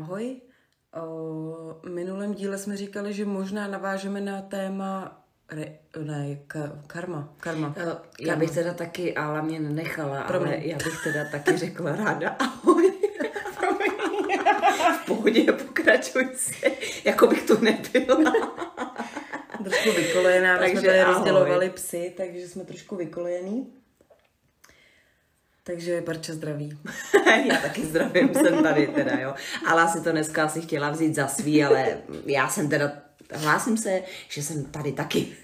Ahoj. Minulém díle jsme říkali, že možná navážeme na téma karma. Já bych teda taky, ale mě nenechala, ale já bych teda taky řekla ráda ahoj. V pohodě, pokračuj si, jako bych tu nebyla. Trošku vykolejená, takže jsme tady rozdělovali psy, takže jsme trošku vykolejení. Takže Barča zdraví. Já taky zdravím, jsem tady teda, jo. Ale asi to dneska asi chtěla vzít za svý, ale já jsem teda, hlásím se, že jsem tady taky.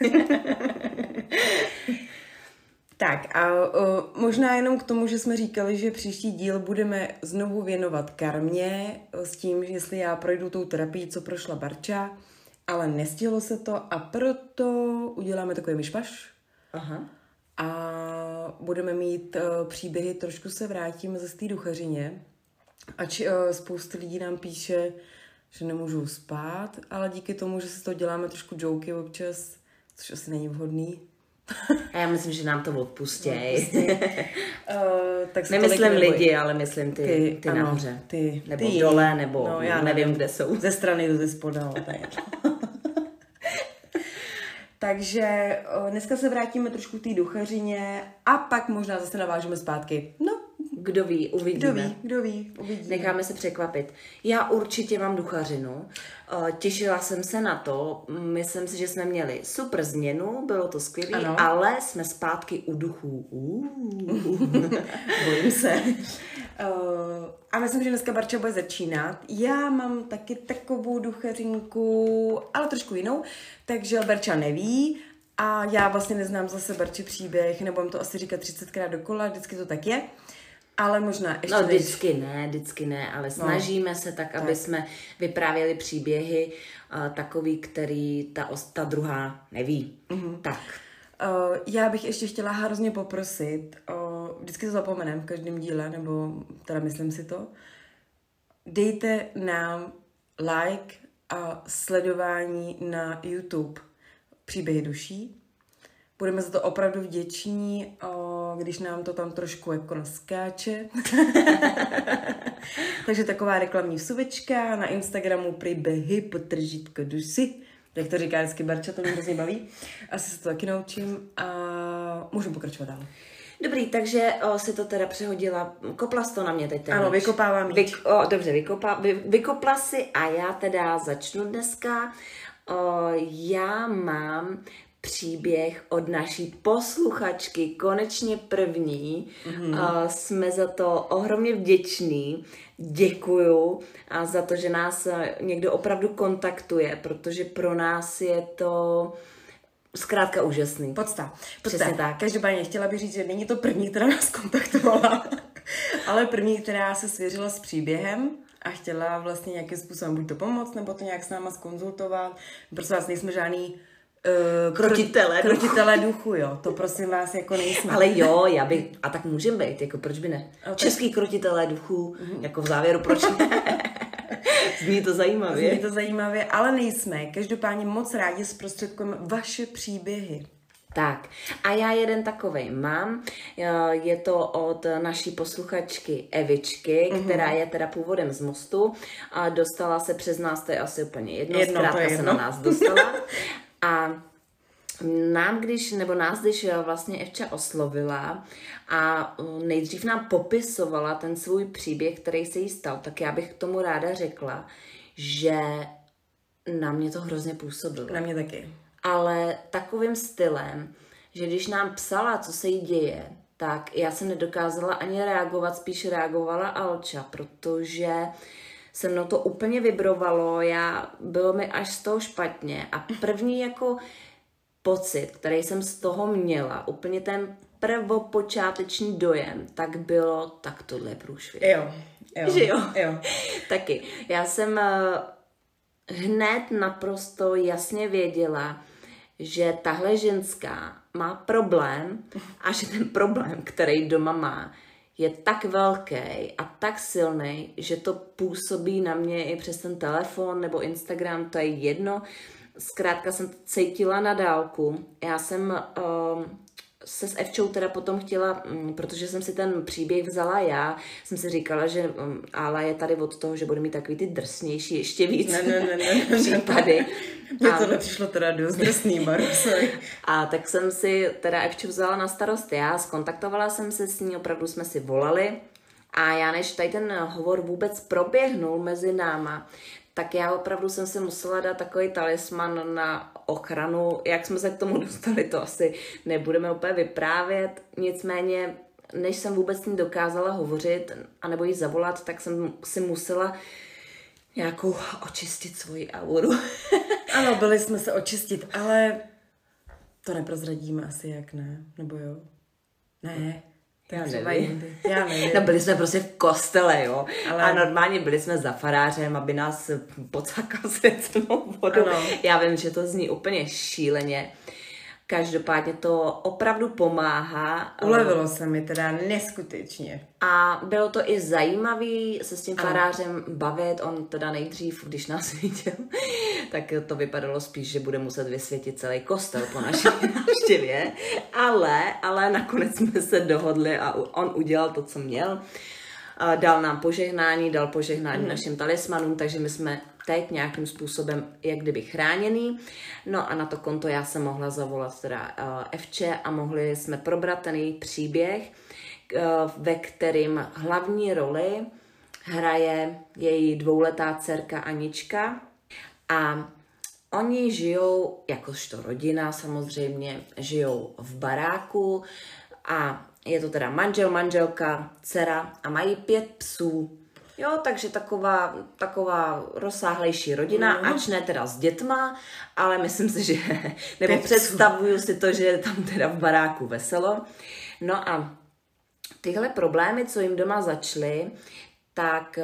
Tak a možná jenom k tomu, že jsme říkali, že příští díl budeme znovu věnovat karmě s tím, že jestli já projdu tou terapií, co prošla Barča, ale nestihlo se to a proto uděláme takový myšmaš. Aha. A budeme mít příběhy, trošku se vrátíme ze té duchařině, ač spoustu lidí nám píše, že nemůžou spát, ale díky tomu, že si to děláme trošku joky občas, což asi není vhodný. A já myslím, že nám to odpustěj. Tak nemyslím lidi, ale myslím ty ano, nahoře. Nebo ty dole, nebo no, já nevím, kde jsou. Ze strany, ze spoda. Takže dneska se vrátíme trošku k té duchařině a pak možná zase navážeme zpátky. No, kdo ví, uvidíme. Kdo ví, uvidíme. Necháme se překvapit. Já určitě mám duchařinu. Těšila jsem se na to. Myslím si, že jsme měli super změnu, bylo to skvělé, ale jsme zpátky u duchů. Bojím se. A myslím, že dneska Barča bude začínat. Já mám taky takovou duchařinku, ale trošku jinou, takže Barča neví a já vlastně neznám zase Barči příběh, nebudem to asi říkat 30krát dokola, vždycky to tak je. Ale možná ještě... No vždycky ne, ale snažíme se tak, aby jsme vyprávěli příběhy takový, který ta druhá neví. Mm-hmm. Tak. Já bych ještě chtěla hrozně poprosit, vždycky to zapomenem v každém díle, nebo teda myslím si to, dejte nám like a sledování na YouTube Příběhy duší. Budeme za to opravdu vděční, když nám to tam trošku jako naskáče. Takže taková reklamní vsuvečka na Instagramu Příběhy_duši. Jak to říká vždycky Barča, to mě hrozně baví. Asi se to taky naučím a můžu pokračovat dál. Dobrý, takže si to teda přehodila, kopla jsi to na mě teď. Ano, vykopávám míč. Dobře, vykopla si a já teda začnu dneska. Já mám příběh od naší posluchačky, konečně první. Mm-hmm. Jsme za to ohromně vděční. Děkuju a za to, že nás někdo opravdu kontaktuje, protože pro nás je to zkrátka úžasný. Podsta. Přesně tak. Každopádně chtěla bych říct, že není to první, která nás kontaktovala, ale první, která se svěřila s příběhem a chtěla vlastně nějakým způsobem buď to pomoct, nebo to nějak s náma zkonzultovat. Prostě vás nejsme žádný krotitelé duchu, jo. To prosím vás jako nejsme. Ale jo, a tak můžeme být, jako proč by ne? Český krotitelé duchu, jako v závěru, proč ne? Zní to zajímavě, ale nejsme. Každopádně moc rádi zprostředkujeme vaše příběhy. Tak, a já jeden takovej mám, je to od naší posluchačky Evičky, která je teda původem z Mostu a dostala se přes nás, to je asi úplně jedno zkrátka se na nás dostala. A nás, když vlastně Evča oslovila a nejdřív nám popisovala ten svůj příběh, který se jí stal, tak já bych k tomu ráda řekla, že na mě to hrozně působilo. Na mě taky. Ale takovým stylem, že když nám psala, co se jí děje, tak já jsem nedokázala ani reagovat, spíš reagovala Alča, protože se mnou to úplně vibrovalo, bylo mi až z toho špatně a první jako pocit, který jsem z toho měla, úplně ten prvopočáteční dojem, tak bylo, tak tohle je průšvih. Jo. Že jo? Taky. Já jsem hned naprosto jasně věděla, že tahle ženská má problém a že ten problém, který doma má, je tak velký a tak silný, že to působí na mě i přes ten telefon nebo Instagram, to je jedno. Zkrátka jsem cítila na dálku. Já jsem se s Evčou teda potom chtěla, protože jsem si ten příběh vzala já, jsem si říkala, že Ála je tady od toho, že bude mít takový ty drsnější ještě víc případy. Mně to nepřišlo teda dost drsný, Marusoj. A tak jsem si teda Evču vzala na starost já, skontaktovala jsem se s ní, opravdu jsme si volali a já než tady ten hovor vůbec proběhnul mezi náma, tak já opravdu jsem si musela dát takový talisman na ochranu. Jak jsme se k tomu dostali, to asi nebudeme úplně vyprávět. Nicméně, než jsem vůbec s ní dokázala hovořit, anebo jí zavolat, tak jsem si musela nějakou očistit svoji auru. Ano, byli jsme se očistit, ale to neprozradíme asi, jak ne? Nebo jo? Ne. Já nevím. No, byli jsme prostě v kostele, jo. Ale... A normálně byli jsme za farářem, aby nás pocakal světlou vodu. Ano. Já vím, že to zní úplně šíleně. Každopádně to opravdu pomáhá. Ulevilo se mi teda neskutečně. A bylo to i zajímavý se s tím farářem bavit. On teda nejdřív, když nás viděl, tak to vypadalo spíš, že bude muset vysvětit celý kostel po naší návštěvě. Ale nakonec jsme se dohodli a on udělal to, co měl. Dal nám požehnání, dal požehnání našim talismanům, takže my jsme teď nějakým způsobem jak kdyby chráněný. No a na to konto já jsem mohla zavolat teda Evče a mohli jsme probrat ten její příběh, ve kterým hlavní roli hraje její 2letá dcerka Anička a oni žijou, jakožto rodina samozřejmě, žijou v baráku a je to teda manžel, manželka, dcera a mají 5 psů. Jo, takže taková rozsáhlejší rodina, ač ne teda s dětma, ale myslím si, že, nebo představuju si to, že je tam teda v baráku veselo. No a tyhle problémy, co jim doma začaly, tak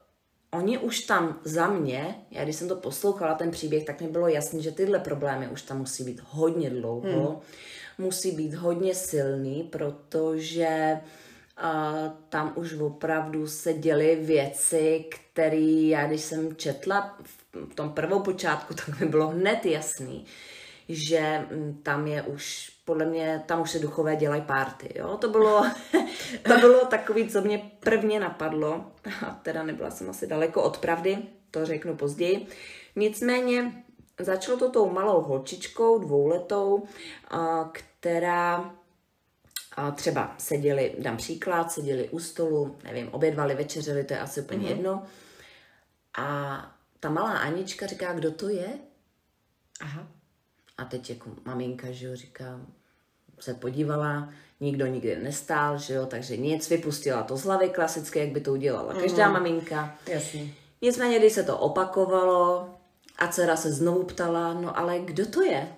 oni už tam za mě, já když jsem to poslouchala, ten příběh, tak mi bylo jasné, že tyhle problémy už tam musí být hodně dlouho, musí být hodně silný, protože tam už opravdu se děly věci, které já, když jsem četla v tom prvou počátku, tak mi bylo hned jasný, že tam je už, podle mě, tam už se duchové dělají párty, jo, to bylo takový, co mě prvně napadlo, a teda nebyla jsem asi daleko od pravdy, to řeknu později, nicméně začalo to tou malou holčičkou, 2letou, která třeba seděli, dám příklad, seděli u stolu, nevím, obědvali, večeřili, to je asi úplně jedno. A ta malá Anička říká, kdo to je? Aha. A teď jako maminka, že jo, říká, se podívala, nikdo nikdy nestál, že jo, takže nic, vypustila to z hlavy klasicky, jak by to udělala každá maminka. Jasně. Nicméně, když se to opakovalo a dcera se znovu ptala, no ale kdo to je?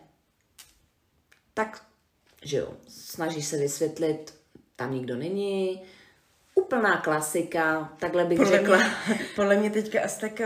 Tak že jo, snažíš se vysvětlit, tam nikdo není, úplná klasika, takhle bych řekla. Podle mě teďka asi tak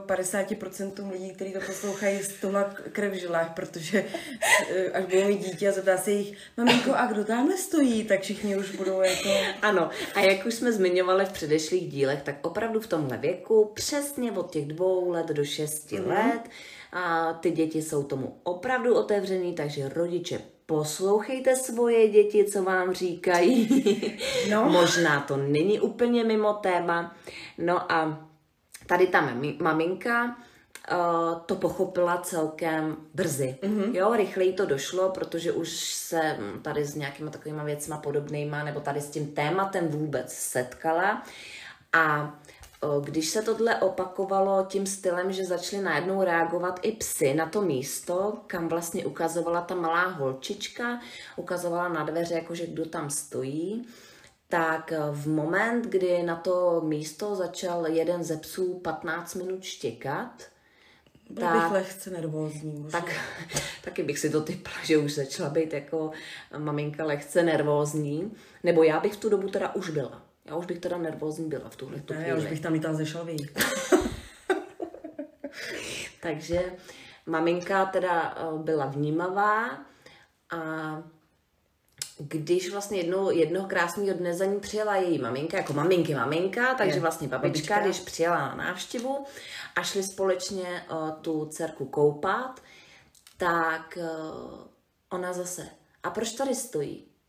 50% lidí, kteří to poslouchají, stuhla krev v žilách, protože až budou mít dítě a zeptá se jich, maminko, a kdo tamhle stojí, tak všichni už budou jako... Ano, a jak už jsme zmiňovali v předešlých dílech, tak opravdu v tomhle věku, přesně od těch 2 let do 6 let, a ty děti jsou tomu opravdu otevřený, takže rodiče, poslouchejte svoje děti, co vám říkají. No. Možná to není úplně mimo téma. No a tady ta maminka to pochopila celkem brzy. Jo, rychleji to došlo, protože už se tady s nějakýma takovýma věcma podobnýma, nebo tady s tím tématem vůbec setkala. A když se tohle opakovalo tím stylem, že začaly najednou reagovat i psy na to místo, kam vlastně ukazovala ta malá holčička, ukazovala na dveře, jakože kdo tam stojí, tak v moment, kdy na to místo začal jeden ze psů 15 minut štěkat, byl bych lehce nervózní. Taky bych si to typla, že už začala být jako maminka lehce nervózní, nebo já bych v tu dobu teda už byla. Já už bych teda nervózní byla v tuhle chvíli. Já už bych tam lítala ze šalví. Takže maminka teda byla vnímavá a když vlastně jednoho krásného dne za ní přijela její maminka, jako maminka, takže vlastně babička, když přijela na návštěvu a šli společně tu dcerku koupat, tak ona zase, a proč tady stojí?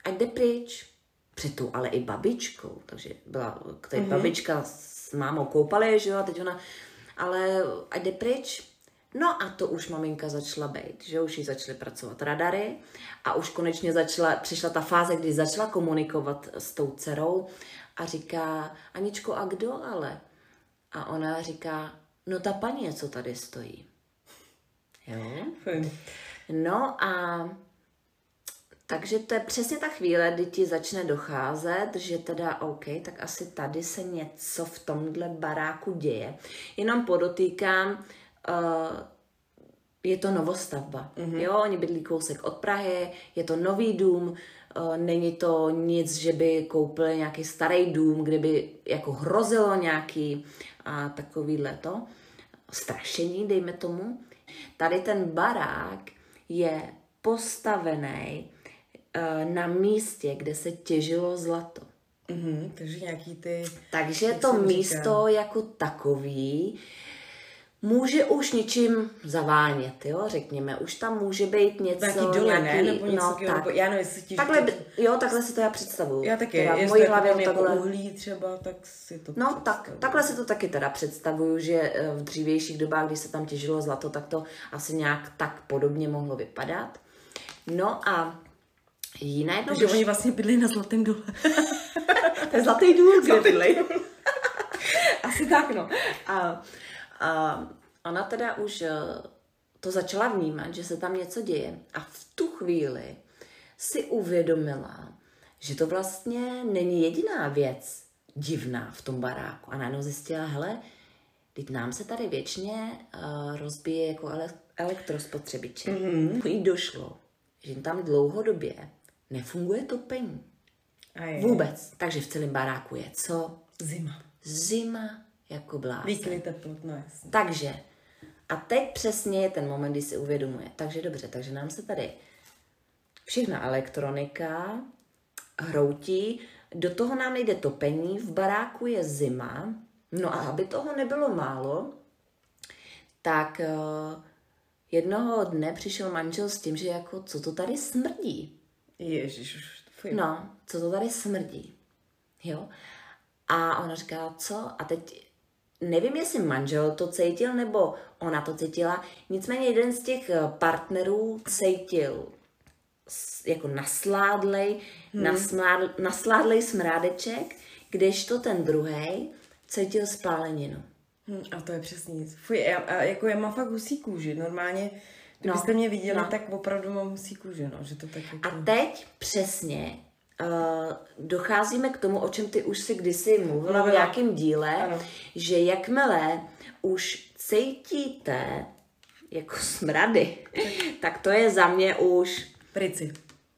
ať jde pryč. Přitom ale i babičkou, takže byla tady babička s mámou koupali, že jo, a teď ona, ale ať jde pryč. No a to už maminka začala být, že už jí začaly pracovat radary a už konečně přišla ta fáze, kdy začala komunikovat s tou dcerou a říká, Aničko, a kdo ale? A ona říká, no ta paní, co tady stojí. Jo? No a takže to je přesně ta chvíle, kdy ti začne docházet, že teda OK, tak asi tady se něco v tomhle baráku děje. Jenom podotýkám, je to novostavba. Jo, oni bydlí kousek od Prahy, je to nový dům, není to nic, že by koupili nějaký starý dům, kde by jako hrozilo nějaký takovýhle to strašení, dejme tomu. Tady ten barák je postavený na místě, kde se těžilo zlato. Takže nějaký ty... Takže to místo jako takový může už něčím zavánět, jo, řekněme. Už tam může být něco... Nějaký doly, ne? Nebo něco tak. Já nevím, jestli ti... Takhle si to já představuju. Já taky, teda v mojí hlavě takhle... jako uhlí třeba, tak si to takhle si to taky teda představuju, že v dřívějších dobách, když se tam těžilo zlato, tak to asi nějak tak podobně mohlo vypadat. No a jiné... Takže oni vlastně bydlí na Zlatém dole. To je Zlatý důl, kde bydlí. Asi tak, no. A ona teda už to začala vnímat, že se tam něco děje a v tu chvíli si uvědomila, že to vlastně není jediná věc divná v tom baráku. A najednou zjistila, hele, teď nám se tady věčně rozbíje jako elektrospotřebiče. Jí došlo, že tam dlouhodobě nefunguje topení. Vůbec. Takže v celém baráku je co? Zima jako blázen. Výkyvy teplot, no jasně. Takže, a teď přesně je ten moment, kdy si uvědomuje. Takže dobře, takže nám se tady všechna elektronika hroutí, do toho nám nejde topení, v baráku je zima, no a aby toho nebylo málo, tak jednoho dne přišel manžel s tím, že jako, co to tady smrdí. Ježiš. No, co to tady smrdí. Jo. A ona říká, co? A teď nevím, jestli manžel to cítil, nebo ona to cítila. Nicméně jeden z těch partnerů cítil jako nasládlej smrádeček, kdežto ten druhej cítil spáleninu. A to je přesně. Fuj, já mám fakt husí kůži. Normálně, kdybyste mě viděli, tak opravdu mám husí kůži. No, že to tak jako... A teď přesně docházíme k tomu, o čem ty už si kdysi mluvila v nějakém díle, ano. Že jakmile už cítíte jako smrady, tak to je za mě už... Prici.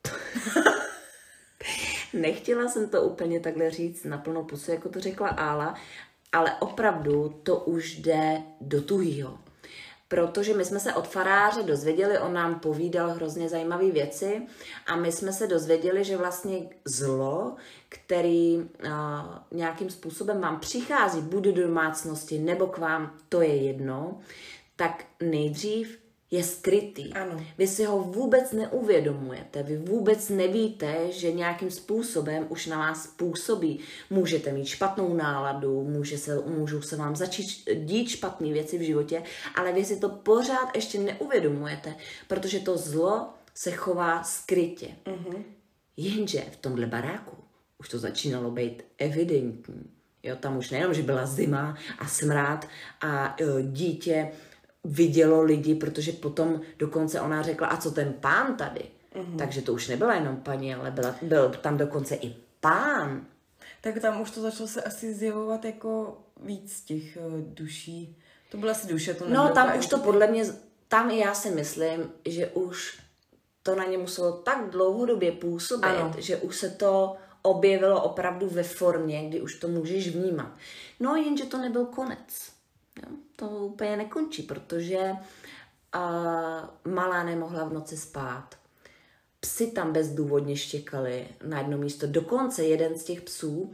Nechtěla jsem to úplně takhle říct na plnou pusu, jako to řekla Ála, ale opravdu to už jde do tuhýho. Protože my jsme se od faráře dozvěděli, on nám povídal hrozně zajímavé věci a my jsme se dozvěděli, že vlastně zlo, který nějakým způsobem vám přichází, buď do domácnosti nebo k vám, to je jedno, tak nejdřív je skrytý. Ano. Vy si ho vůbec neuvědomujete, vy vůbec nevíte, že nějakým způsobem už na vás působí. Můžete mít špatnou náladu, můžou se vám začít dít špatné věci v životě, ale vy si to pořád ještě neuvědomujete, protože to zlo se chová skrytě. Jenže v tomhle baráku už to začínalo být evidentní. Jo, tam už nejenom, že byla zima a smrad a dítě vidělo lidi, protože potom dokonce ona řekla, a co ten pán tady? Takže to už nebyla jenom paní, ale byl tam dokonce i pán. Tak tam už to začalo se asi zjevovat jako víc těch duší. To byla asi duše, to no tam už to podle mě, tam já si myslím, že už to na ně muselo tak dlouhodobě působit, že už se to objevilo opravdu ve formě, kdy už to můžeš vnímat. No jenže to nebyl konec. Jo, to úplně nekončí, protože malá nemohla v noci spát. Psi tam bezdůvodně štěkali na jedno místo. Dokonce jeden z těch psů,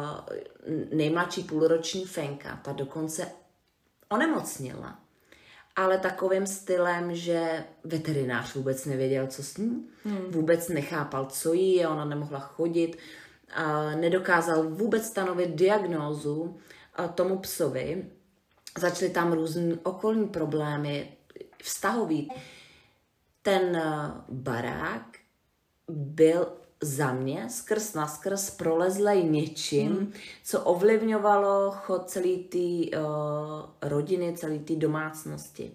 nejmladší půlroční Fenka, ta dokonce onemocnila. ale takovým stylem, že veterinář vůbec nevěděl, co s ní, vůbec nechápal, co jí, ona nemohla chodit, nedokázal vůbec stanovit diagnózu tomu psovi. Začaly tam různé okolní problémy, vztahový. Ten barák byl za mě skrz naskrz prolezlej něčím, co ovlivňovalo chod celé té rodiny, celé té domácnosti.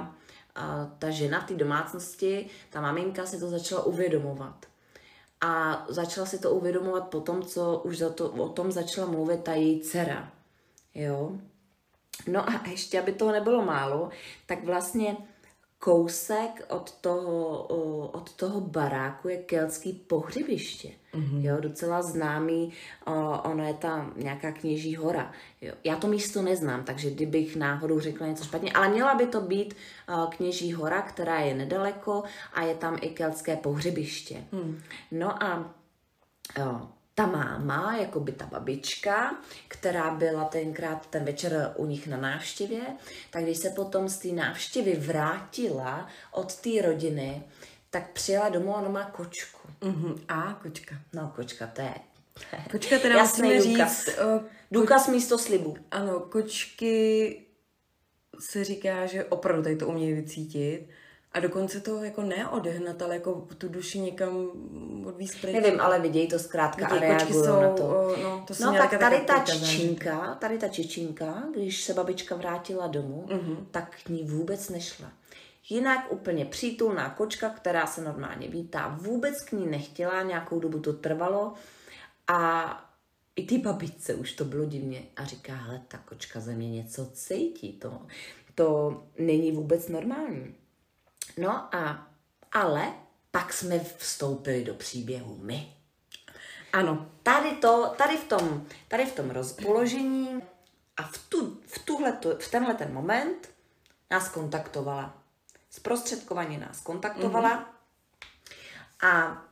Ta žena v té domácnosti, ta maminka si to začala uvědomovat. A začala si to uvědomovat po tom, co už o tom začala mluvit ta její dcera. Jo? No a ještě, aby toho nebylo málo, tak vlastně kousek od toho baráku je keltský pohřebiště. Jo, docela známý, ono je tam nějaká Kněží hora. Jo. Já to místo neznám, takže kdybych náhodou řekla něco špatně, ale měla by to být Kněží hora, která je nedaleko a je tam i keltské pohřebiště. No a ta máma, jakoby ta babička, která byla ten večer u nich na návštěvě, tak když se potom z té návštěvy vrátila od té rodiny, tak přijela domů a ona má kočku. A kočka. No, kočka, to je kočka teda musíme říct. Důkaz místo slibu. Ano, kočky se říká, že opravdu tady to umějí vycítit. A dokonce to jako neodehnat, ale jako tu duši někam odvízt pryč. Nevím, ale vidějí to zkrátka a reagují na to. No tak tady ta čičinka, když se babička vrátila domů, tak k ní vůbec nešla. Jinak úplně přítulná kočka, která se normálně vítá, vůbec k ní nechtěla, nějakou dobu to trvalo a i ty babičce už to bylo divně a říká, hele, ta kočka ze mě něco cítí, to není vůbec normální. No ale pak jsme vstoupili do příběhu my. Ano. Tady v tom rozpoložení a v tenhle ten moment nás kontaktovala. Zprostředkovaně nás kontaktovala a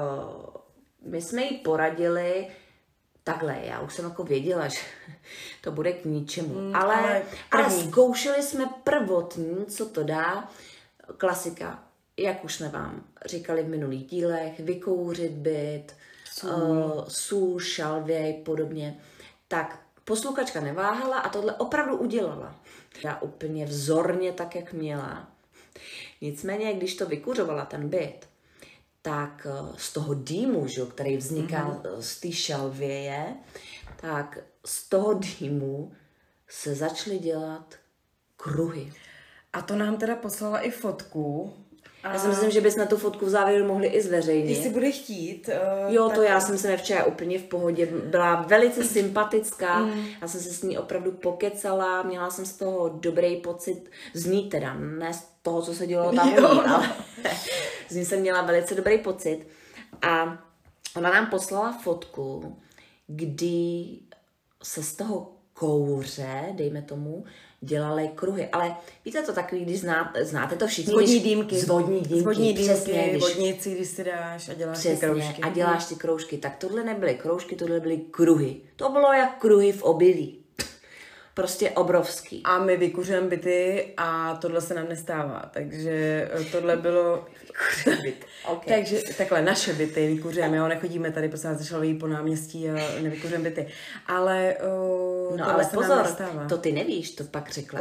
my jsme jí poradili takhle, já už jsem jako věděla, že to bude k ničemu, ale zkoušeli jsme prvotní, co to dá. Klasika, jak už jsme vám říkali v minulých dílech, vykouřit byt, sůl, šalvěj, podobně. Tak posluchačka neváhala a tohle opravdu udělala. Já úplně vzorně tak, jak měla. Nicméně, když to vykuřovala ten byt, tak z toho dýmu, který vzniká z té šalvěje, tak z toho dýmu se začaly dělat kruhy. A to nám teda poslala i fotku. Já si myslím, že bychom tu fotku v závěru mohli i zveřejnit. Jestli bude chtít. Jo, tak... to já jsem se včera úplně v pohodě. Byla velice sympatická. Já jsem se s ní opravdu pokecala. Měla jsem z toho dobrý pocit. Z ní teda, ne z toho, co se dělo tam u ní, ale z ní jsem měla velice dobrý pocit. A ona nám poslala fotku, kdy se z toho kouře, dejme tomu, dělali kruhy. Ale víte to takový, když znáte to všichni. Vodní dýmky. Z vodní dýmky, přesně. Vodnici, když si dáš a děláš přesně, ty kroužky. A děláš ty kroužky. Tak tohle nebyly kroužky, tohle byly kruhy. To bylo jak kruhy v obilí. Prostě obrovský. A my vykuřujeme byty a tohle se nám nestává. Takže tohle bylo... Okay. Takže takhle naše byty vykuřujeme, jo, nechodíme tady ze Šalví po náměstí a nevykuřujeme byty. Ale ale pozor, to ty nevíš, to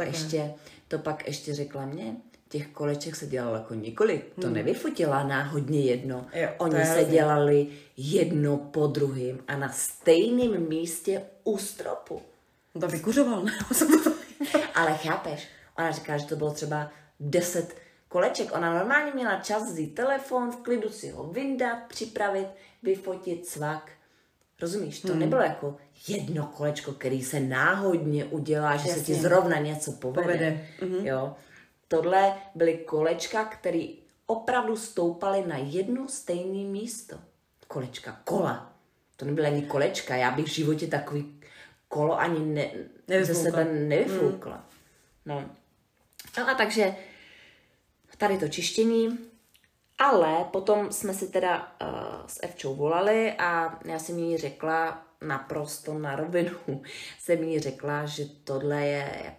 pak ještě řekla mě. Těch koleček se dělalo jako několik. To nevyfotila náhodně jedno. Jo, oni se dělali jedno po druhém a na stejném místě u stropu. To vykuřoval, ne? Ale chápeš, ona říká, že to bylo třeba 10 koleček. Ona normálně měla čas vzít telefon, v klidu si ho vyndat, připravit, vyfotit, cvak. Rozumíš? To nebylo jako jedno kolečko, který se náhodně udělá, že se ti zrovna něco povede. Jo? Tohle byly kolečka, které opravdu stoupaly na jedno stejné místo. Kola. To nebyly ani kolečka. Já bych v životě takový kolo ani ze sebe nevyfoukla. No a takže tady to čištění, ale potom jsme si teda s Evčou volali a já jsem jí řekla naprosto na rovinu, jsem jí řekla, že tohle je jako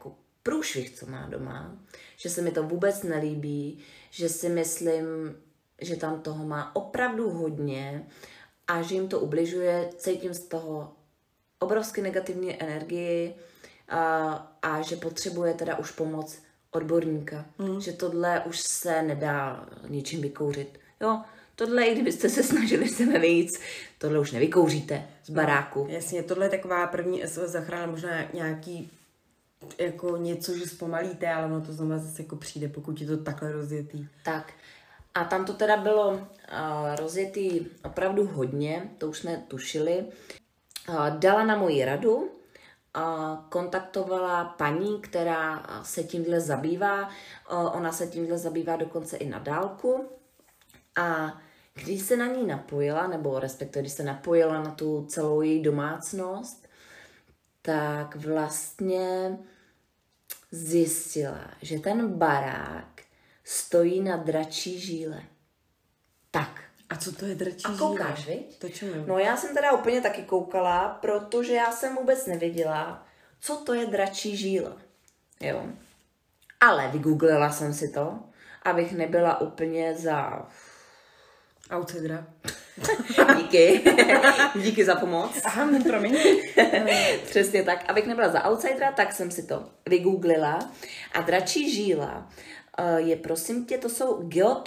průšvih, co má doma, že se mi to vůbec nelíbí, že si myslím, že tam toho má opravdu hodně a že jim to ubližuje, cítím z toho obrovsky negativní energii a že potřebuje teda už pomoc odborníka. Že tohle už se nedá ničím vykouřit. Jo, tohle, i kdybyste se snažili sebe víc, tohle už nevykouříte z baráku. Jasně, tohle je taková první SOS záchrana, možná nějaký jako něco, že zpomalíte, ale ono to znovu zase jako přijde, pokud je to takhle rozjetý. Tak. A tam to teda bylo rozjetý opravdu hodně, to už jsme tušili. Dala na moji radu, kontaktovala paní, která se tímhle zabývá. Ona se tímhle zabývá dokonce i na dálku. A když se na ní napojila, nebo respektive když se napojila na tu celou její domácnost, tak vlastně zjistila, že ten barák stojí na dračí žíle. Tak. A co to je dračí žíle? A koukáš, viď? To čemu? No já jsem teda úplně taky koukala, protože já jsem vůbec nevěděla, co to je dračí žíle. Jo. Ale vygooglila jsem si to, abych nebyla úplně za... Outsidera. Díky. Díky za pomoc. Aha, promiň. Přesně tak. Abych nebyla za outsidera, tak jsem si to vygooglila. A dračí žíla je, prosím tě, to jsou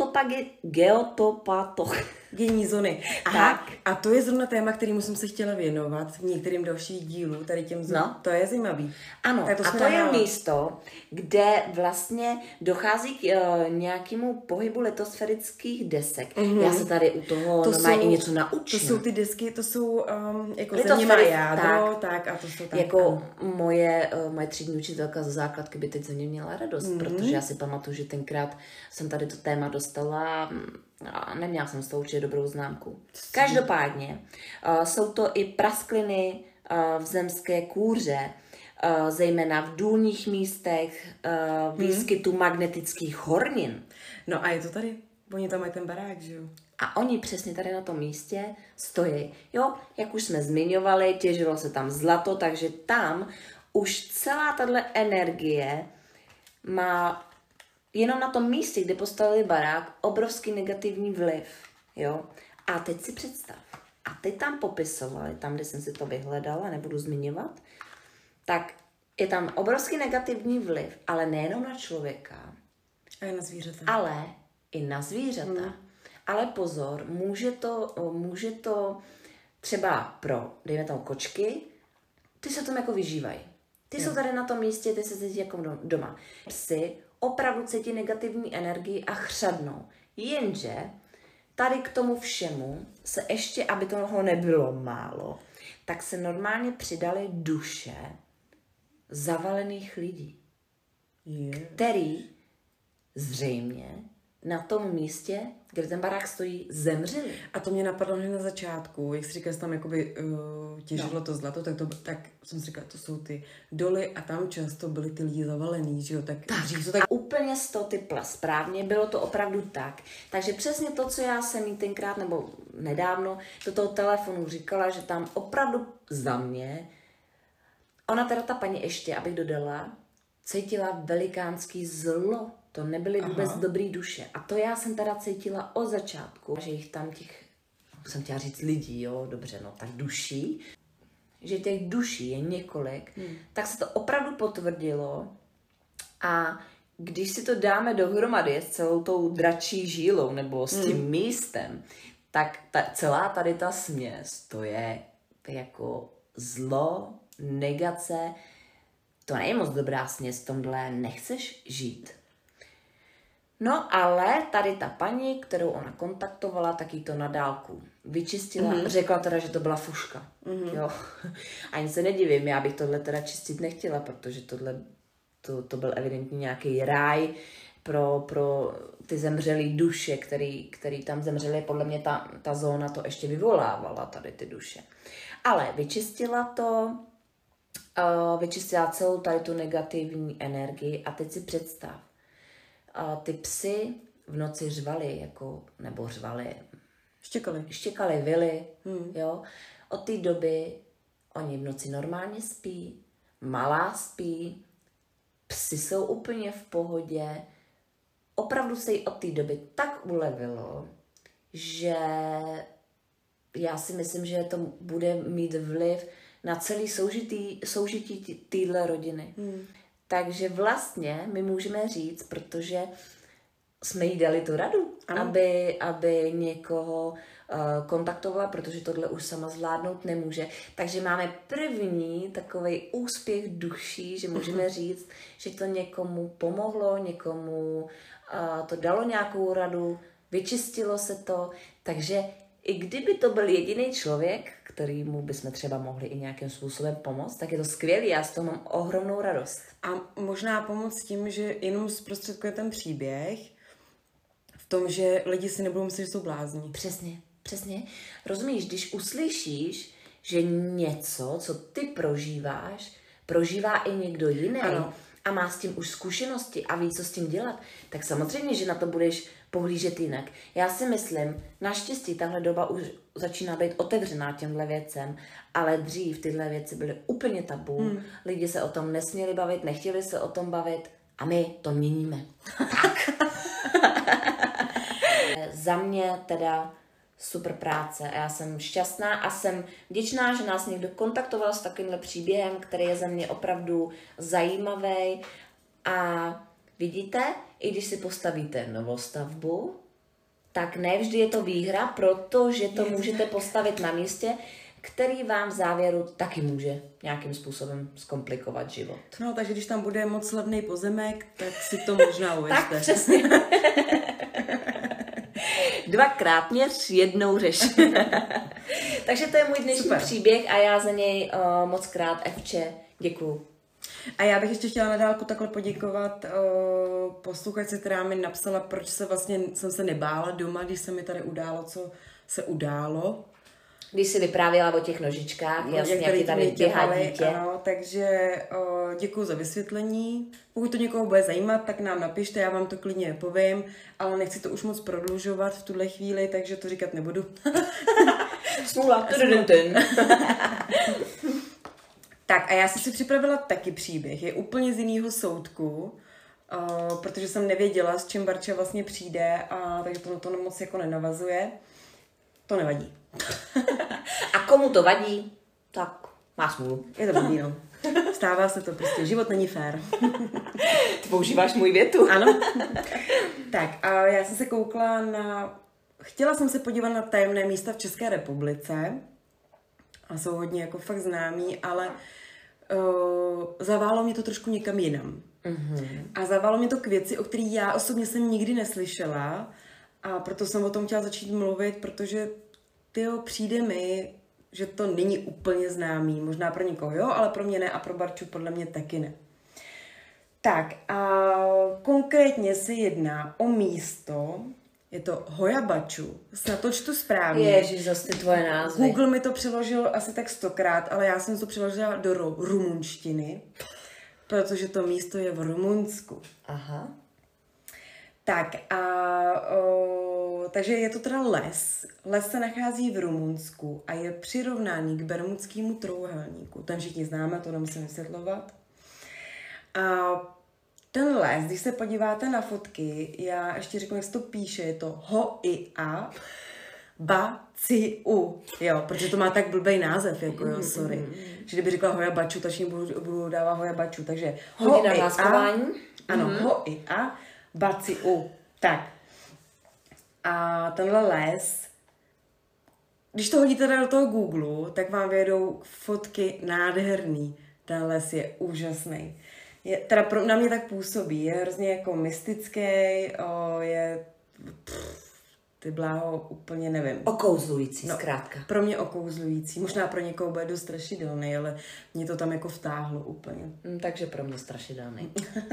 Geotopagenní zóny. Aha, a to je zrovna téma, kterému jsem se chtěla věnovat v některým dalších dílů, tady těm zónám. No. To je zajímavý. Ano, a to je místo, kde vlastně dochází k nějakému pohybu litosférických desek. Já se tady u toho normálně i něco naučím. To jsou ty desky, to jsou jako země má jádro, tak a to jsou tak. Jako moje třídní učitelka ze základky by teď ze mě měla radost, protože já si pamatuju, že tenkrát jsem tady to téma dostala a neměla jsem z toho určitě dobrou známku. Každopádně jsou to i praskliny v zemské kůře, zejména v důlních místech, výskytu magnetických hornin. No a je to tady? Oni tam mají ten barák, že jo? A oni přesně tady na tom místě stojí. Jo, jak už jsme zmiňovali, těžilo se tam zlato, takže tam už celá tahle energie má jenom na tom místě, kde postavili barák, obrovský negativní vliv. Jo? A teď si představ. A teď tam popisovali, tam, kde jsem si to vyhledala, nebudu zmiňovat, tak je tam obrovský negativní vliv, ale nejenom na člověka. A na zvířata. Ale i na zvířata. Ale pozor, může to třeba pro, dejme tomu kočky, ty se tam jako vyžívají. Ty jsou tady na tom místě, ty se cítí jako doma. Psy opravdu cítí negativní energii a chřadnou. Jenže tady k tomu všemu se ještě, aby toho nebylo málo, tak se normálně přidaly duše zavalených lidí, který zřejmě na tom místě, kde ten barák stojí, zemřeli. A to mě napadlo hned na začátku, jak jsi říkal, že tam jakoby těžilo to zlato, tak jsem si říkala, to jsou ty doly a tam často byly ty lidi zavalený, že jo? Tak to tak úplně z toho typla správně, bylo to opravdu tak. Takže přesně to, co já jsem jí tenkrát, nebo nedávno, do toho telefonu říkala, že tam opravdu za mě, ona teda ta paní ještě, abych dodala, cítila velikánský zlo. To nebyly vůbec dobrý duše. A to já jsem teda cítila od začátku, že jich tam jsem chtěla říct lidí, jo, dobře, no, tak duší, že těch duší je několik, tak se to opravdu potvrdilo a když si to dáme dohromady s celou tou dračí žílou nebo s tím místem, tak celá tady ta směs, to je jako zlo, negace, to není moc dobrá směs, v tomhle nechceš žít. No ale tady ta paní, kterou ona kontaktovala, tak jí to na dálku vyčistila. Řekla teda, že to byla fuška. Jo. Ani se nedivím, já bych tohle teda čistit nechtěla, protože to byl evidentně nějaký ráj pro ty zemřelý duše, který tam zemřeli. Podle mě ta zóna to ještě vyvolávala, tady ty duše. Ale vyčistila celou tady tu negativní energii a teď si představ, ty psy v noci řvali, štěkali, vyli, jo. Od té doby oni v noci normálně spí, malá spí, Psi jsou úplně v pohodě. Opravdu se jí od té doby tak ulevilo, že já si myslím, že to bude mít vliv na celý soužití téhle rodiny. Takže vlastně my můžeme říct, protože jsme jí dali tu radu, aby někoho kontaktovala, protože tohle už sama zvládnout nemůže. Takže máme první takovej úspěch duší, že můžeme říct, že to někomu pomohlo, někomu to dalo nějakou radu, vyčistilo se to, takže i kdyby to byl jediný člověk, kterýmu bychom třeba mohli i nějakým způsobem pomoct, tak je to skvělý, já z toho mám ohromnou radost. A možná pomoct tím, že jenom zprostředkuje ten příběh v tom, že lidi si nebudou myslet, že jsou blázni. Přesně. Rozumíš, když uslyšíš, že něco, co ty prožíváš, prožívá i někdo jiný, ano, a má s tím už zkušenosti a ví, co s tím dělat, tak samozřejmě, že na to budeš pohlížet jinak. Já si myslím, naštěstí tahle doba už začíná být otevřená těmhle věcem, ale dřív tyhle věci byly úplně tabu. Lidi se o tom nesměli bavit, nechtěli se o tom bavit a my to měníme. Tak. Za mě teda super práce a já jsem šťastná a jsem vděčná, že nás někdo kontaktoval s takovýmhle příběhem, který je za mě opravdu zajímavý. A vidíte, i když si postavíte novostavbu, tak ne vždy je to výhra, protože to můžete postavit na místě, který vám v závěru taky může nějakým způsobem zkomplikovat život. No, takže když tam bude moc levný pozemek, tak si to možná uvěřte. Tak přesně. Dvakrát měř, jednou řeš. Takže to je můj dnešní příběh a já za něj moc krát, Evče, děkuju. A já bych ještě chtěla na dálku takhle poděkovat posluchačce, která mi napsala, proč jsem se nebála doma, když se mi tady událo, co se událo. Když jsi vyprávěla o těch nožičkách, jasně, jak ti tady běhá dítě. Ano, takže děkuji za vysvětlení. Pokud to někoho bude zajímat, tak nám napište, já vám to klidně povím, ale nechci to už moc prodlužovat v tuhle chvíli, takže to říkat nebudu. Smůla. Tak a já jsem si připravila taky příběh, je úplně z jiného soudku, protože jsem nevěděla, s čím Barča vlastně přijde, a takže to moc jako nenavazuje. To nevadí. A komu to vadí, tak má smůlu. Je to blbý, no. Stává se to prostě, život není fér. Ty používáš můj větu. Ano. Tak a já jsem se koukla chtěla jsem se podívat na tajemné místa v České republice a jsou hodně jako fakt známí, ale zaválo mě to trošku někam jinam. A zaválo mě to k věci, o který já osobně jsem nikdy neslyšela, a proto jsem o tom chtěla začít mluvit, protože přijde mi, že to není úplně známý. Možná pro někoho jo, ale pro mě ne a pro Barču podle mě taky ne. Tak a konkrétně se jedná o místo, je to Hojabaču, snad to čtu správně. Ježiš, zase ty tvoje názvy. Google mi to přeložil asi tak 100krát, ale já jsem to přeložila do rumunštiny, protože to místo je v Rumunsku. Aha. Tak takže je to teda les. Les se nachází v Rumunsku a je přirovnání k Bermudskému trojúhelníku. Ten všichni známe, to nemusím vysvětlovat. A ten les, když se podíváte na fotky, já ještě řeknu, jak se to píše, je to Hojabaču, jo, protože to má tak blbej název, jako jo, sorry. Že kdyby řekla Hojabaču, tak budu dávat Hojabaču, takže hodina hlaskování. Ano, Hojabaču. Tak. A tenhle les, když to hodíte do toho Google, tak vám vyjedou fotky nádherný. Ten les je úžasný. Na mě tak působí, je hrozně jako mystický, ty bláho, úplně nevím. Okouzlující, zkrátka. Pro mě okouzlující, možná pro někoho bude dost strašidelný, ale mě to tam jako vtáhlo úplně. Takže pro mě strašidelný.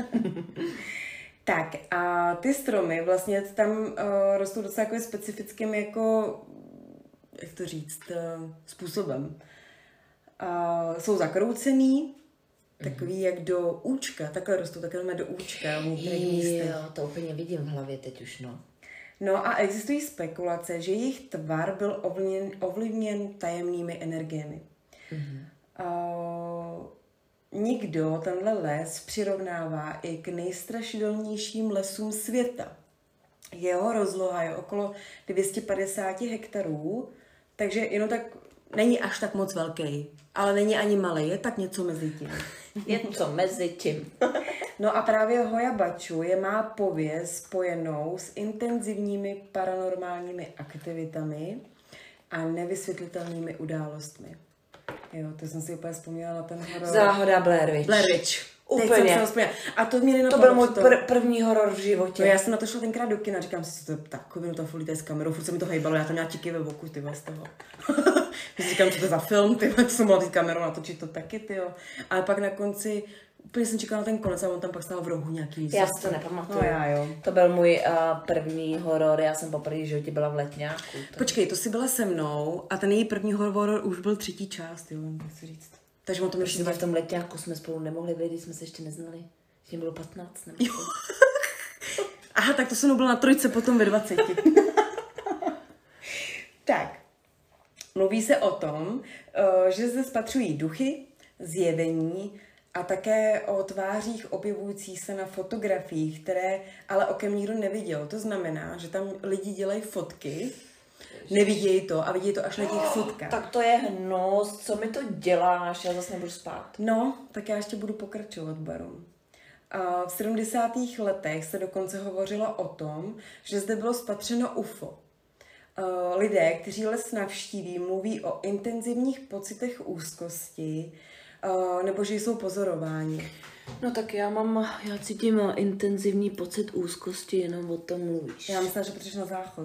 Tak a ty stromy vlastně tam rostou docela jako specifickým jako, jak to říct, způsobem. Jsou zakroucený, takový jak do účka, takhle rostou, takhle do účka v některých místech. Jo, to úplně vidím v hlavě teď už, no. No a existují spekulace, že jejich tvar byl ovlivněn tajemnými energiemi. nikdo tenhle les přirovnává i k nejstrašidelnějším lesům světa. Jeho rozloha je okolo 250 hektarů, takže jenom tak není až tak moc velký, ale není ani malý, je tak něco mezi tím. Je co mezi tím. No a právě Hoia Baciu má pověst spojenou s intenzivními paranormálními aktivitami a nevysvětlitelnými událostmi. Jo, to jsem si úplně vzpomněla na ten horor. Záhoda Blair Witch. Blair Witch. Úplně. A to mě to byl můj první horor v životě. No, já jsem na to šla tenkrát do kina, říkám si, co to takový minuta fulíte s kamerou, furt se mi to hejbalo, já tam měla tiky ve boku, ty z toho. Já si říkám, co to je za film, ty co jsem mohla kamerou natočit to taky, ty jo. Ale pak na konci, úplně jsem čekala na ten konec a on tam pak stál v rohu nějaký místo. Já si to nepamatuju. No já jo. To byl můj první horor, já jsem poprvé v životě byla v letňáku. Počkej, to jsi byla se mnou a ten její první horor už byl 3. část, jo, chci říct. Takže on to ještě v tom letňáku jsme spolu nemohli být, když jsme se ještě neznali. Že bylo 15, nebo Aha, tak to jsem byla na 3, potom ve 20. Tak, mluví se o tom, že zde spatřují duchy, zjevení a také o tvářích objevujících se na fotografiích, které ale okem nikdo neviděl. To znamená, že tam lidi dělají fotky, nevidějí to a vidějí to až na těch fotkách. Tak to je hnus, co mi to děláš, já zase nebudu spát. No, tak já ještě budu pokračovat, Baron. V 70. letech se dokonce hovořilo o tom, že zde bylo spatřeno UFO. Lidé, kteří les navštíví, mluví o intenzivních pocitech úzkosti, nebo že jsou pozorováni. No tak já cítím intenzivní pocit úzkosti, jenom o tom mluvíš. Já myslím, že potřebuješ na záchod.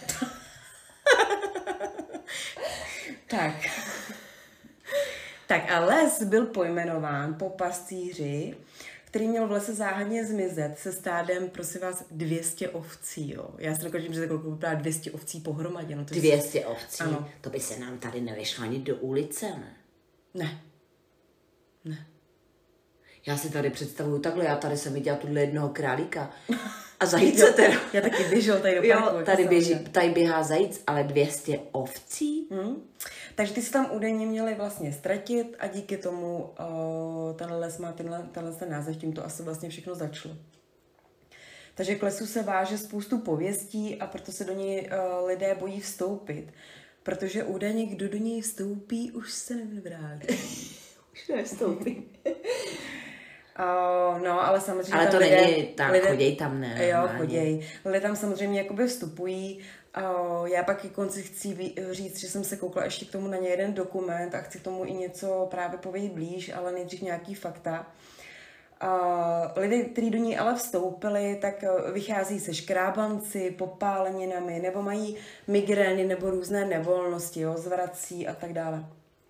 Tak a les byl pojmenován po pastýři, který měl v lese záhadně zmizet se stádem, prosím vás, 200 ovcí, jo. Já si dokážím, že to vypadá 200 ovcí pohromadě. No, 200 ovcí? Ano. To by se nám tady nevyšlo ani do ulice, ne? Ne. Já si tady představuju takhle, já tady jsem viděla tuhle jednoho králíka. A zajíce teda. Já taky běžel tady do parku. Jo, tady běhá zajíc, ale 200 ovcí? Takže ty se tam údajně měli vlastně ztratit a díky tomu tenhle les má tenhle název, tím to asi vlastně všechno začalo. Takže k lesu se váže spoustu pověstí a proto se do něj lidé bojí vstoupit. Protože údajně, kdo do něj vstoupí, už se nevrátí. Už nevstoupí. No, ale samozřejmě ale to není tak, choděj tam, ne? Jo, choděj. Lidé tam samozřejmě jakoby vstupují. Já pak i konci chci říct, že jsem se koukla ještě k tomu na jeden dokument a chci k tomu i něco právě povědět blíž, ale nejdřív nějaký fakta. Lidé, kteří do ní ale vstoupili, tak vychází se škrábanci, popáleninami, nebo mají migrény nebo různé nevolnosti, jo, zvrací a tak dále.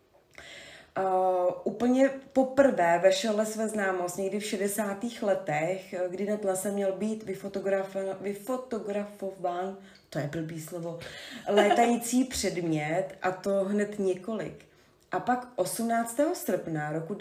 Úplně poprvé vešel les ve známost někdy v 60. letech, kdy nad lesem měl být vyfotografován, to je blbý slovo, létající předmět, a to hned několik. A pak 18. srpna roku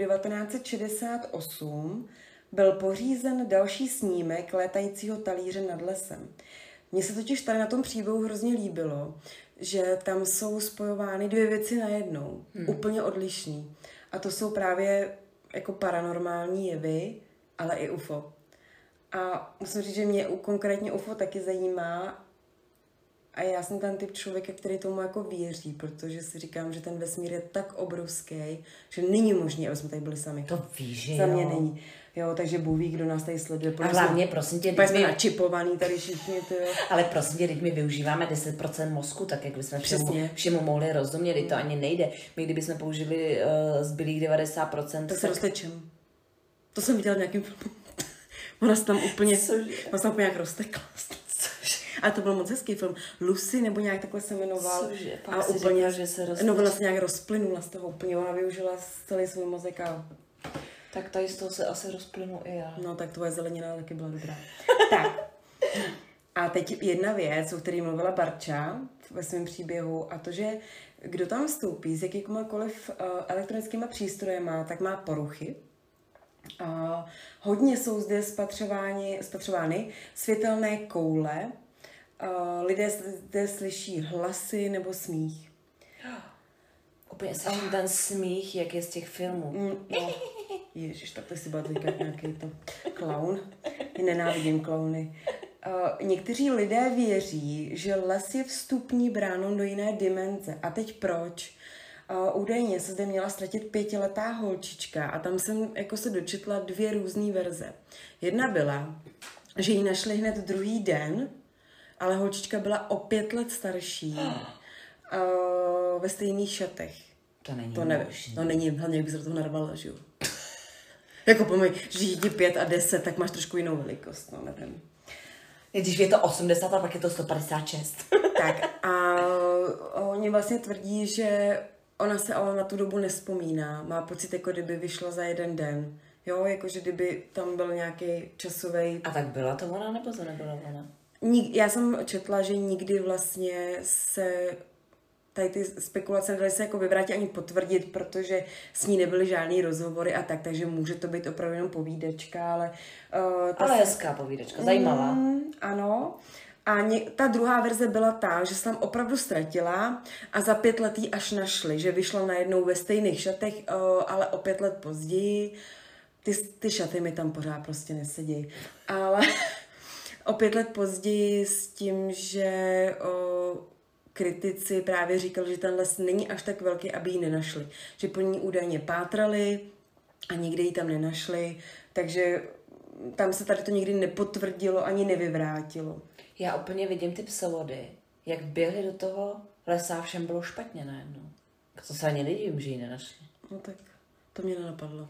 1968 byl pořízen další snímek létajícího talíře nad lesem. Mně se totiž tady na tom příběhu hrozně líbilo, že tam jsou spojovány 2 věci najednou, úplně odlišný. A to jsou právě jako paranormální jevy, ale i UFO. A musím říct, že mě konkrétně UFO taky zajímá a já jsem ten typ člověka, který tomu jako věří, protože si říkám, že ten vesmír je tak obrovský, že není možné, aby jsme tady byli sami. To víš, že za mě není. Jo, takže Bůh ví, kdo nás tady sleduje. A hlavně, prosím tě, jsme načipovaný tady všichni, tyjo. Ale prosím tě, teď my využíváme 10% mozku, tak jak bychom všemu mohli rozumět, teď to ani nejde. My kdybychom použili zbylých 90%... Tak se roztečem. To jsem viděla v nějakém filmu. Ona se tam úplně nějak roztekla. Ale to byl moc hezký film. Lucy, nebo nějak takhle se jmenoval. Cože? A úplně, řekla, že se no, ona se nějak rozplynula z toho úplně. Ona využila celý svůj mozek a... Tak tady z toho se asi rozplynu i já. No, tak tvoje zelenina taky byla dobrá. Tak. A teď jedna věc, o které mluvila Barča ve svém příběhu, a to, že kdo tam vstoupí s jakýmkoliv elektronickými přístrojema, tak má poruchy. Hodně jsou zde spatřovány světelné koule. Lidé zde slyší hlasy nebo smích. Úplně slyším ten smích, jak je z těch filmů. No. Ježiš, tak to si bude říkat nějaký to klaun. Nenávidím klauny. Někteří lidé věří, že les je vstupní bránou do jiné dimenze. A teď proč? Údajně se zde měla ztratit 5letá holčička a tam jsem jako se dočetla 2 různé verze. Jedna byla, že ji našli hned druhý den, ale holčička byla o 5 let starší ve stejných šatech. To není to není, hlavně jak by se do toho narvala, že jo. Jako pomeň, že je 5 a 10, tak máš trošku jinou velikost, no nevím. Když je to 80 a pak je to 156. Tak a oni vlastně tvrdí, že ona se ale na tu dobu nespomíná. Má pocit, jako kdyby vyšla za jeden den. Jo, jakože kdyby tam byl nějaký časový. A tak byla to ona, nebo to nebyla ona? Já jsem četla, že nikdy vlastně se tady ty spekulace nedaly se jako vyvrátit ani potvrdit, protože s ní nebyly žádný rozhovory a tak, takže může to být opravdu jenom povídečka, ale... ale hezká povídečka, zajímavá. Ano. A ta druhá verze byla ta, že se tam opravdu ztratila a za 5 let jí až našli, že vyšla najednou ve stejných šatech, ale o 5 let později. Ty šaty mi tam pořád prostě nesedí. Ale o 5 let později s tím, že kritici právě říkali, že ten les není až tak velký, aby ji nenašli. Že po ní údajně pátrali a nikdy ji tam nenašli, takže tam se tady to nikdy nepotvrdilo ani nevyvrátilo. Já úplně vidím ty psovody, jak běhli do toho lesa a všem bylo špatně najednou. To se ani nedivím, že ji nenašli. No tak, to mě nenapadlo.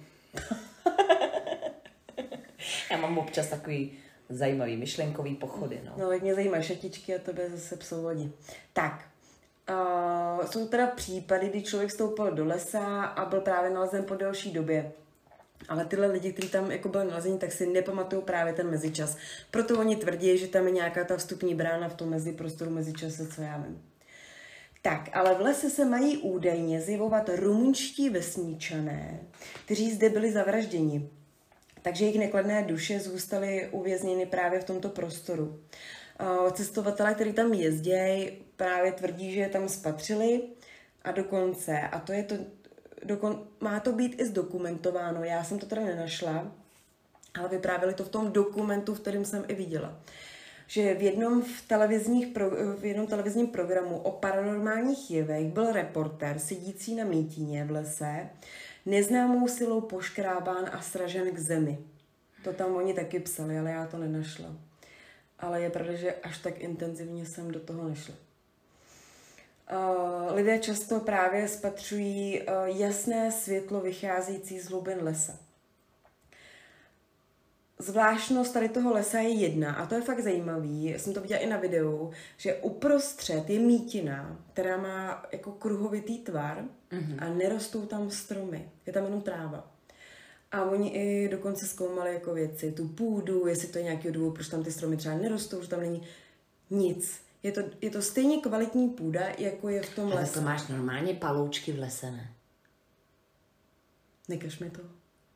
Já mám občas takový zajímavý myšlenkový pochody. No, tak mě zajímají šatičky a tebe zase psovodí. Tak, jsou teda případy, kdy člověk stoupil do lesa a byl právě nalezen po delší době. Ale tyhle lidi, kteří tam jako byli nalezení, tak si nepamatují právě ten mezičas. Proto oni tvrdí, že tam je nějaká ta vstupní brána v tom meziprostoru, mezičase, co já vím. Tak, ale v lese se mají údajně zjevovat rumunští vesničané, kteří zde byli zavražděni. Takže jejich nekladné duše zůstaly uvězněny právě v tomto prostoru. Cestovatelé, kteří tam jezdí, právě tvrdí, že je tam spatřili a dokonce, a to je to, má to být i zdokumentováno, já jsem to teda nenašla, ale vyprávěli to v tom dokumentu, v kterém jsem i viděla, že v jednom televizním programu o paranormálních jevech byl reportér sedící na mítině v lese, neznámou silou poškrábán a sražen k zemi. To tam oni taky psali, ale já to nenašla. Ale je pravda, že až tak intenzivně jsem do toho nešla. Lidé často právě spatřují jasné světlo vycházející z hlubin lesa. Zvláštnost tady toho lesa je jedna a to je fakt zajímavý, jsem to viděla i na videu, že uprostřed je mítina, která má jako kruhovitý tvar a nerostou tam stromy, je tam jenom tráva. A oni i dokonce zkoumali jako věci, tu půdu, jestli to je nějaký důvod, proč tam ty stromy třeba nerostou, že tam není nic. Je to stejně kvalitní půda, jako je v tom lese. Ale to máš normálně paloučky v lese, ne? Nekaž mi to.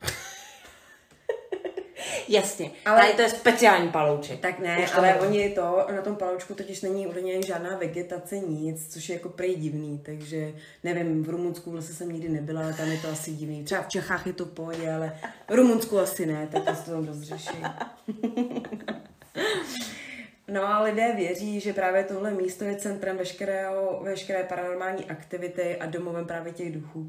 Jasně, ale tady to je speciální palouček. Tak ne, ale oni to, na tom paloučku totiž není úplně žádná vegetace, nic, což je jako prej divný, takže nevím, v Rumunsku v lese jsem nikdy nebyla, ale tam je to asi divný. Třeba v Čechách je to v pohodě, ale v Rumunsku asi ne, tak to se tam dost řeší. No a lidé věří, že právě tohle místo je centrem veškeré paranormální aktivity a domovem právě těch duchů.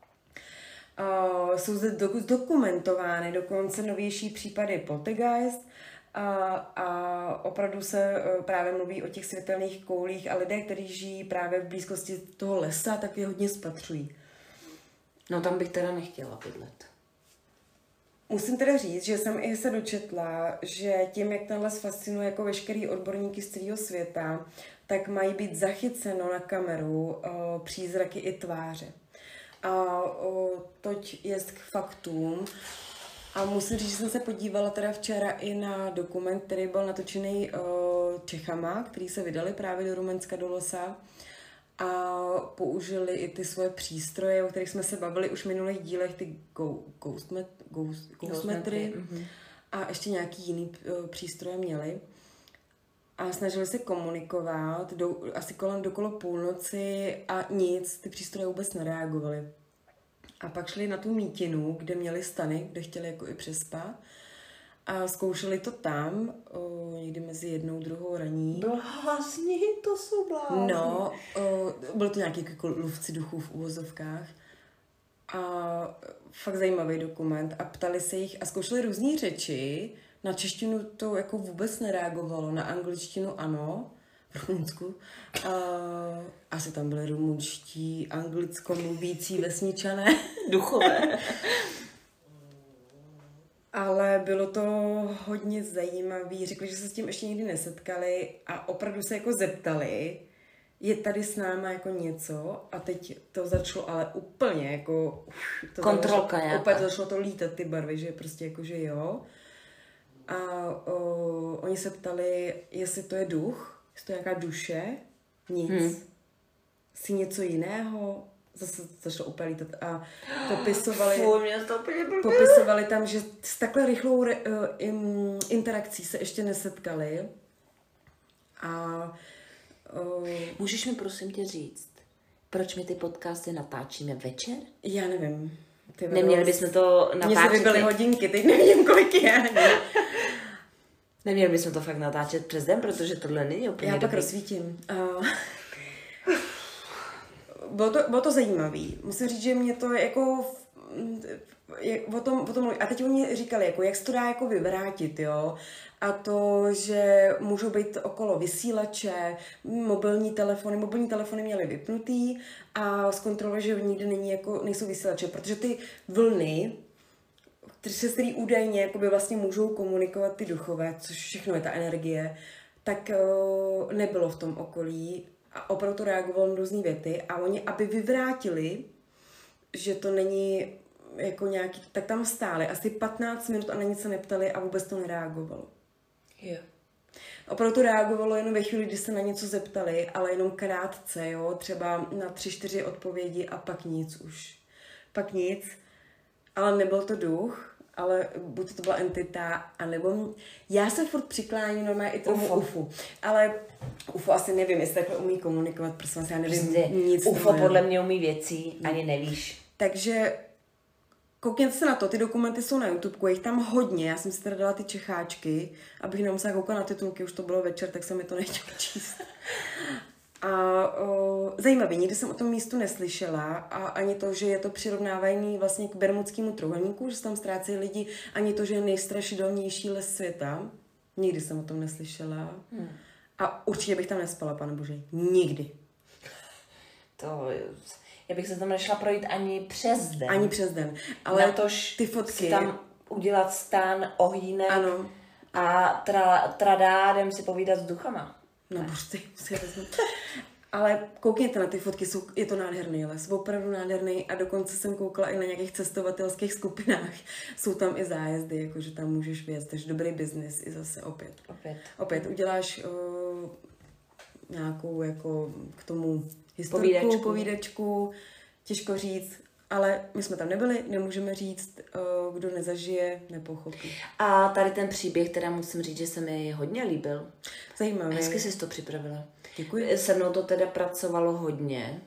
Jsou zde dokumentovány dokonce novější případy poltergeist a opravdu se právě mluví o těch světelných koulích a lidé, kteří žijí právě v blízkosti toho lesa, tak je hodně spatřují. No tam bych teda nechtěla bydlet. Musím teda říct, že jsem i se dočetla, že tím, jak ten les fascinuje jako veškerý odborníky z celého světa, tak mají být zachyceno na kameru přízraky i tváře. A toť jest k faktům. A musím říct, že jsem se podívala teda včera i na dokument, který byl natočený Čechama, který se vydali právě do Rumunska, do lesa. A použili i ty svoje přístroje, o kterých jsme se bavili už v minulých dílech, ty ghostmetry a ještě nějaký jiný přístroje měli. A snažili se komunikovat asi kolem dokolo půlnoci a nic, ty přístroje vůbec nereagovaly. A pak šli na tu mítinu, kde měli stany, kde chtěli jako i přespat. A zkoušeli to tam, někdy mezi 1 a 2 raní. Blázni, to jsou blázni. No, bylo to nějaký jako lovci duchů v uvozovkách. A fakt zajímavý dokument. A ptali se jich a zkoušeli různý řeči. Na češtinu to jako vůbec nereagovalo, na angličtinu ano, v Rumunsku. Asi tam byly rumunští, anglicko mluvící vesničané. Duchové. Ale bylo to hodně zajímavé. Řekli, že se s tím ještě nikdy nesetkali a opravdu se jako zeptali, je tady s náma jako něco a teď to začalo ale úplně jako... Kontrolka nějaká. Úplně to začalo to lítat ty barvy, že prostě jako, že jo. A oni se ptali, jestli to je duch, jestli to je nějaká duše, nic. Si něco jiného, zase začalo úplně lítat a popisovali tam, že s takhle rychlou interakcí se ještě nesetkali. A můžeš mi prosím tě říct, proč my ty podcasty natáčíme večer? Já nevím. Neměli bychom to natáčet. Mně se vybyly hodinky, teď nevím, kolik je. Neměli bychom to fakt natáčet přes den, protože tohle není úplně Já pak rozsvítím. Bylo to zajímavý. Musím říct, že mě to jako o tom mluví. A teď oni říkali, jako, jak se to dá jako vyvrátit, jo. A to, že můžou být okolo vysílače, mobilní telefony měly vypnutý a zkontrolovali, že nikdy nejsou vysílače, protože ty vlny, se který údajně jakoby vlastně můžou komunikovat ty duchové, což všechno je ta energie, tak nebylo v tom okolí a opravdu to reagovalo na různý věty a oni, aby vyvrátili, že to není jako nějaký, tak tam stáli asi 15 minut a na nic se neptali a vůbec to nereagovalo. Jo. Opravdu to reagovalo jenom ve chvíli, kdy se na něco zeptali, ale jenom krátce, jo, třeba na 3-4 odpovědi a pak nic už. Pak nic, ale nebyl to duch, ale buď to byla entita, anebo já se furt přikláním normálně i tomu UFO. Ale UFO asi nevím, jestli takhle umí komunikovat, prosím vás, já nevím nic. UFO podle mě umí věcí, ani nevíš. Takže koukněte se na to, ty dokumenty jsou na YouTubeku, je jich tam hodně, já jsem si teda dala ty čecháčky, abych nemusela koukat na titulky, už to bylo večer, tak se mi to nechtělo číst. A zajímavý, nikdy jsem o tom místu neslyšela a ani to, že je to přirovnávání vlastně k Bermudskému trojúhelníku, že se tam ztrácejí lidi, ani to, že je nejstrašidelnější les světa. Nikdy jsem o tom neslyšela. A určitě bych tam nespala, pane bože. Nikdy. Já bych se tam nešla projít ani přes den. Ani přes den. Ale ty fotky... Si tam udělat stán, ohýnek. Ano. A tradá, jdem si povídat s duchama. No, prostě si vezmu. Ale koukněte na ty fotky, je to nádherný les, opravdu nádherný a dokonce jsem koukala i na nějakých cestovatelských skupinách. Jsou tam i zájezdy, jakože tam můžeš vyjet, takže dobrý biznis i zase opět uděláš nějakou jako k tomu historku, povídačku, těžko říct, ale my jsme tam nebyli, nemůžeme říct, kdo nezažije, nepochopí. A tady ten příběh, teda musím říct, že se mi hodně líbil. Zajímavý. Hezky jsi to připravila. Děkuji. Se mnou to teda pracovalo hodně.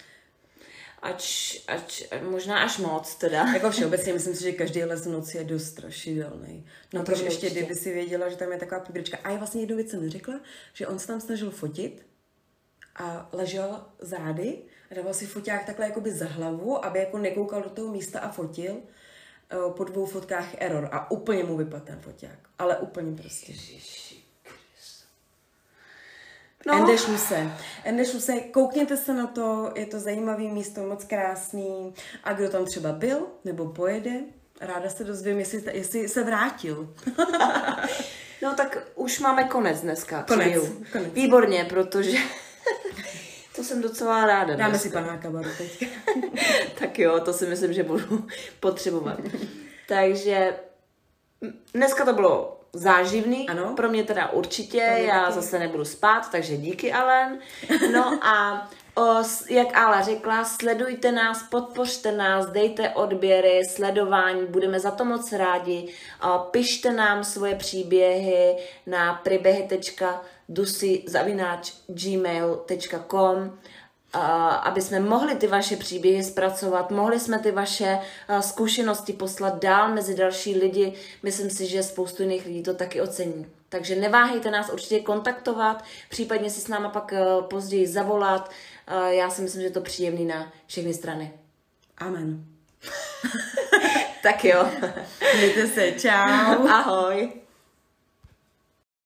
Možná až moc teda. Jako všeobecně myslím si, že každý les v noci je dost strašidelný. No to ještě, kdyby si věděla, že tam je taková píbrečka. A já vlastně jednu věc jsem neřekla, že on se tam snažil fotit a ležel zády a dával si foťák takhle jakoby za hlavu, aby jako nekoukal do toho místa a fotil. Po 2 fotkách error a úplně mu vypadl ten foťák. Ale úplně prostě. No. Endešuse, koukněte se na to, je to zajímavý místo, moc krásný. A kdo tam třeba byl, nebo pojede, ráda se dozvím, jestli se vrátil. No tak už máme konec dneska. Konec. Výborně, protože to jsem docela ráda. Dáme si panáka baru teď. Tak jo, to si myslím, že budu potřebovat. Takže dneska to bylo záživný, ano. Pro mě teda určitě, já zase nebudu spát, takže díky, Alen. No a jak Ala řekla, sledujte nás, podpořte nás, dejte odběry, sledování, budeme za to moc rádi. Pište nám svoje příběhy na příběhy.dusi@gmail.com aby jsme mohli ty vaše příběhy zpracovat, mohli jsme ty vaše zkušenosti poslat dál mezi další lidi. Myslím si, že spoustu jiných lidí to taky ocení. Takže neváhejte nás určitě kontaktovat, případně si s náma pak později zavolat. Já si myslím, že je to příjemný na všechny strany. Amen. Tak jo. Mějte se, čau. Ahoj.